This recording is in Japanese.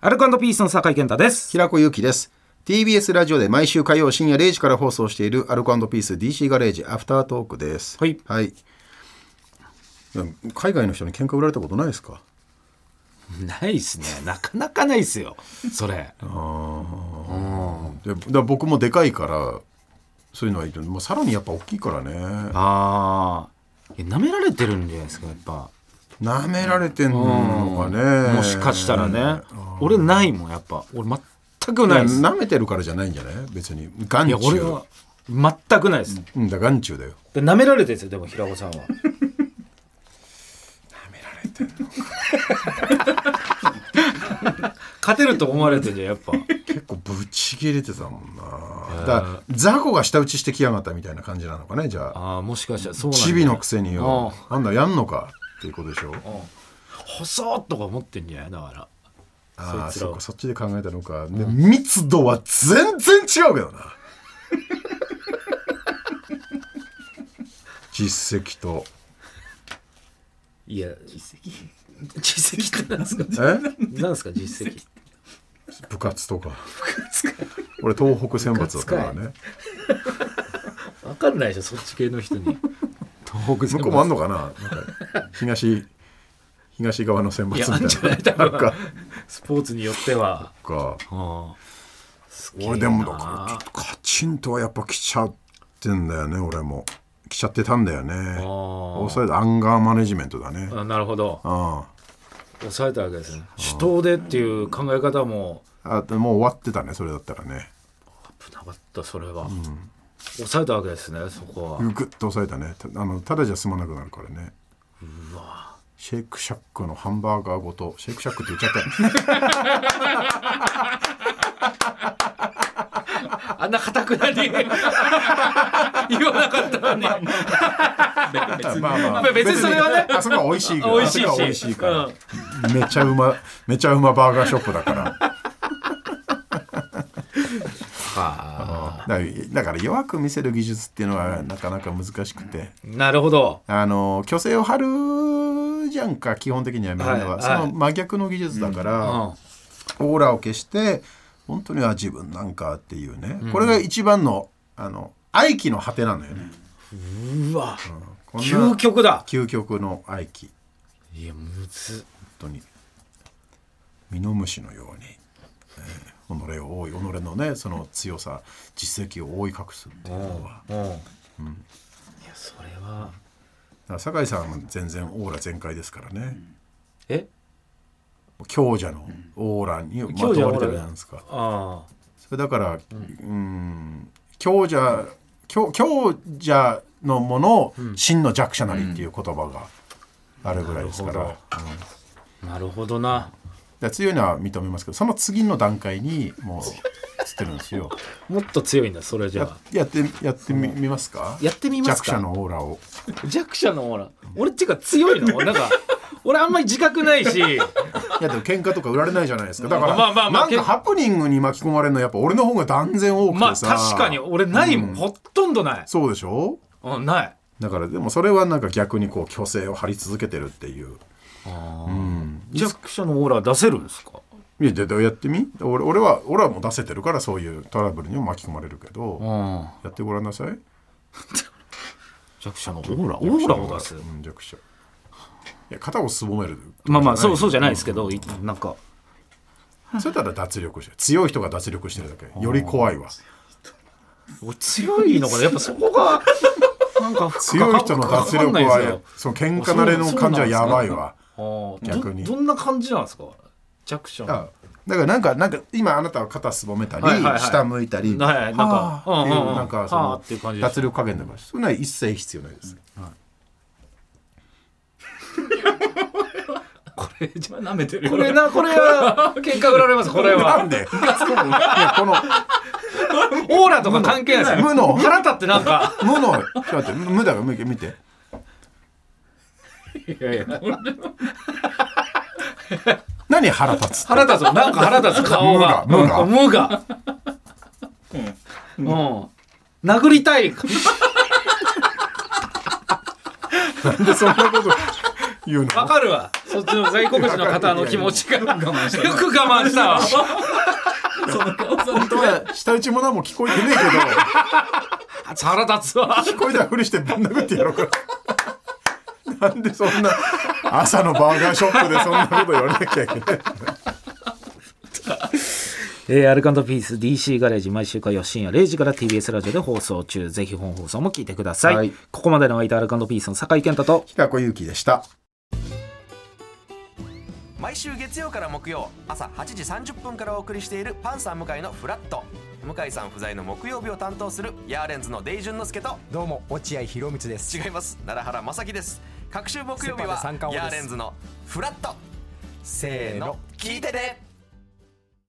アルコ&ピースの酒井健太です。 平子祐希です。 TBS ラジオで毎週火曜深夜0時から放送しているアルコ&ピース DC ガレージアフタートークです。 はい、 はい、海外の人に喧嘩売られたことないですか？ ないっすね。なかなかないっすよそれ。 で僕もでかいからそういうのはいいけど、まあ、さらにやっぱ大きいからね。 舐められてるんじゃないですか。やっぱ舐められてんのかね。 もしかしたらね。俺ないもん。やっぱ俺全くないです。 舐めてるからじゃないんじゃない？別に眼中。いや俺は全くないです。 だ眼中だよ。 で舐められてるんですよ。でも平子さんは舐められてんのか勝てると思われてんじゃん。やっぱ結構ぶち切れてたもんな。だから雑魚が舌打ちしてきやがったみたいな感じなのかね。じゃあもしかしたらそうなんだ。 チビのくせによあんなやんのかっていうことでしょ。 細っとか思ってんじゃない。だからそっちで考えたのか、で密度は全然違うけどな実績と。 いや実績って何ですか？何ですか実績？ 部活とか俺東北選抜だったからね。 分かんないでしょそっち系の人に。東北選抜向こうもあんのかな。なんか東側の選抜みたいな。 いやあんじゃない多分スポーツによってはか。 俺でもだからちょっとカチンとはやっぱ来ちゃってんだよね。俺も来ちゃってたんだよね。抑えたアンガーマネジメントだね。 なるほど。抑えたわけですね。手刀でっていう考え方ももう終わってたね。それだったらね。 危なかったそれは。抑えたわけですね。そこはグッと抑えたね。ただじゃ済まなくなるからね。 うわシェイクシャックのハンバーガーごとシェイクシャックって言っちゃったあんな堅くなに言わなかったのに別にそれはねあそこは美味しいから美味しいし、 美味しいから、めちゃうまバーガーショップだからだから弱く見せる技術っていうのはなかなか難しくて。 なるほど。 虚勢を張るじゃんか基本的にはみんなは、その真逆の技術だから、オーラを消して本当には自分なんかっていうね、これが一番の愛機の果てなのよね。 うわ、究極だ。 究極の愛機。 いやむずっ。 本当にミノムシのように、己のねその強さ実績を覆い隠すっていうのは、いやそれは酒井さんは全然オーラ全開ですからね。強者のオーラにまとわれてるじゃないですか。それだから、強者のものを真の弱者なりっていう言葉があるぐらいですから。 なるほどな。 強いのは認めますけど、その次の段階にもうつってるんですよ。 もっと強いんだ。それじゃあやってみますか？ やってみますか？ 弱者のオーラを。 弱者のオーラ。俺っていうか強いの？なんか俺あんまり自覚ないし。いやでも喧嘩とか売られないじゃないですか。だからなんかハプニングに巻き込まれるのやっぱ俺の方が断然多くてさ。 確かに俺ないもん、ほとんどない。 そうでしょ？ ない。 だからでもそれはなんか逆にこう虚勢を張り続けてるっていう。 弱者のオーラ出せるんですか？ いややってみ。俺はもう出せてるからそういうトラブルにも巻き込まれるけど、やってごらんなさい。 弱者のオーラを出す。 弱者。いや肩をすぼめる。 そうじゃないですけど、なんかそれなら脱力してる。強い人が脱力してるだけ。より怖いわ。 強いのかな。やっぱそこがなんか強い人の脱力はその喧嘩慣れの感じはやばいわ。逆にどんな感じなんですか弱者。 だからなんか今あなたは肩すぼめたり、下向いたり、なんかその脱力加減とかそういうのは一切必要ないです。 これじゃ舐めてるよ。これは喧嘩売られます。これはなんで？いやこのオーラとか関係ないです。 無の腹立ってなんか無のちょっと待って無だから見て。 いや何腹立つ？ なんか腹立つ顔が無が殴りたい。 なんでそんなこと言うの？ わかるわ。 そっちの外国人の方の気持ちがよく我慢したわその顔本当は下打ちも何も聞こえてねえけど腹立つわ聞こえたふりしてぶん殴ってやろうかなんでそんな朝のバーガーショップでそんなこと言われなきゃいけないアルカンドピース DC ガレージ毎週火曜深夜0時から TBS ラジオで放送中。ぜひ本放送も聞いてください、はい、ここまでの相手アルカンドピースの酒井健太と平子祐希でした。 毎週月曜から木曜朝8時30分からお送りしているパンサー向井のフラット。向井さん不在の木曜日を担当するヤーレンズのデイジュンの之介と、 どうも落合博満です。 違います、奈良原正樹です。各週木曜日はヤーレンズのフラット。せーの聞いてね。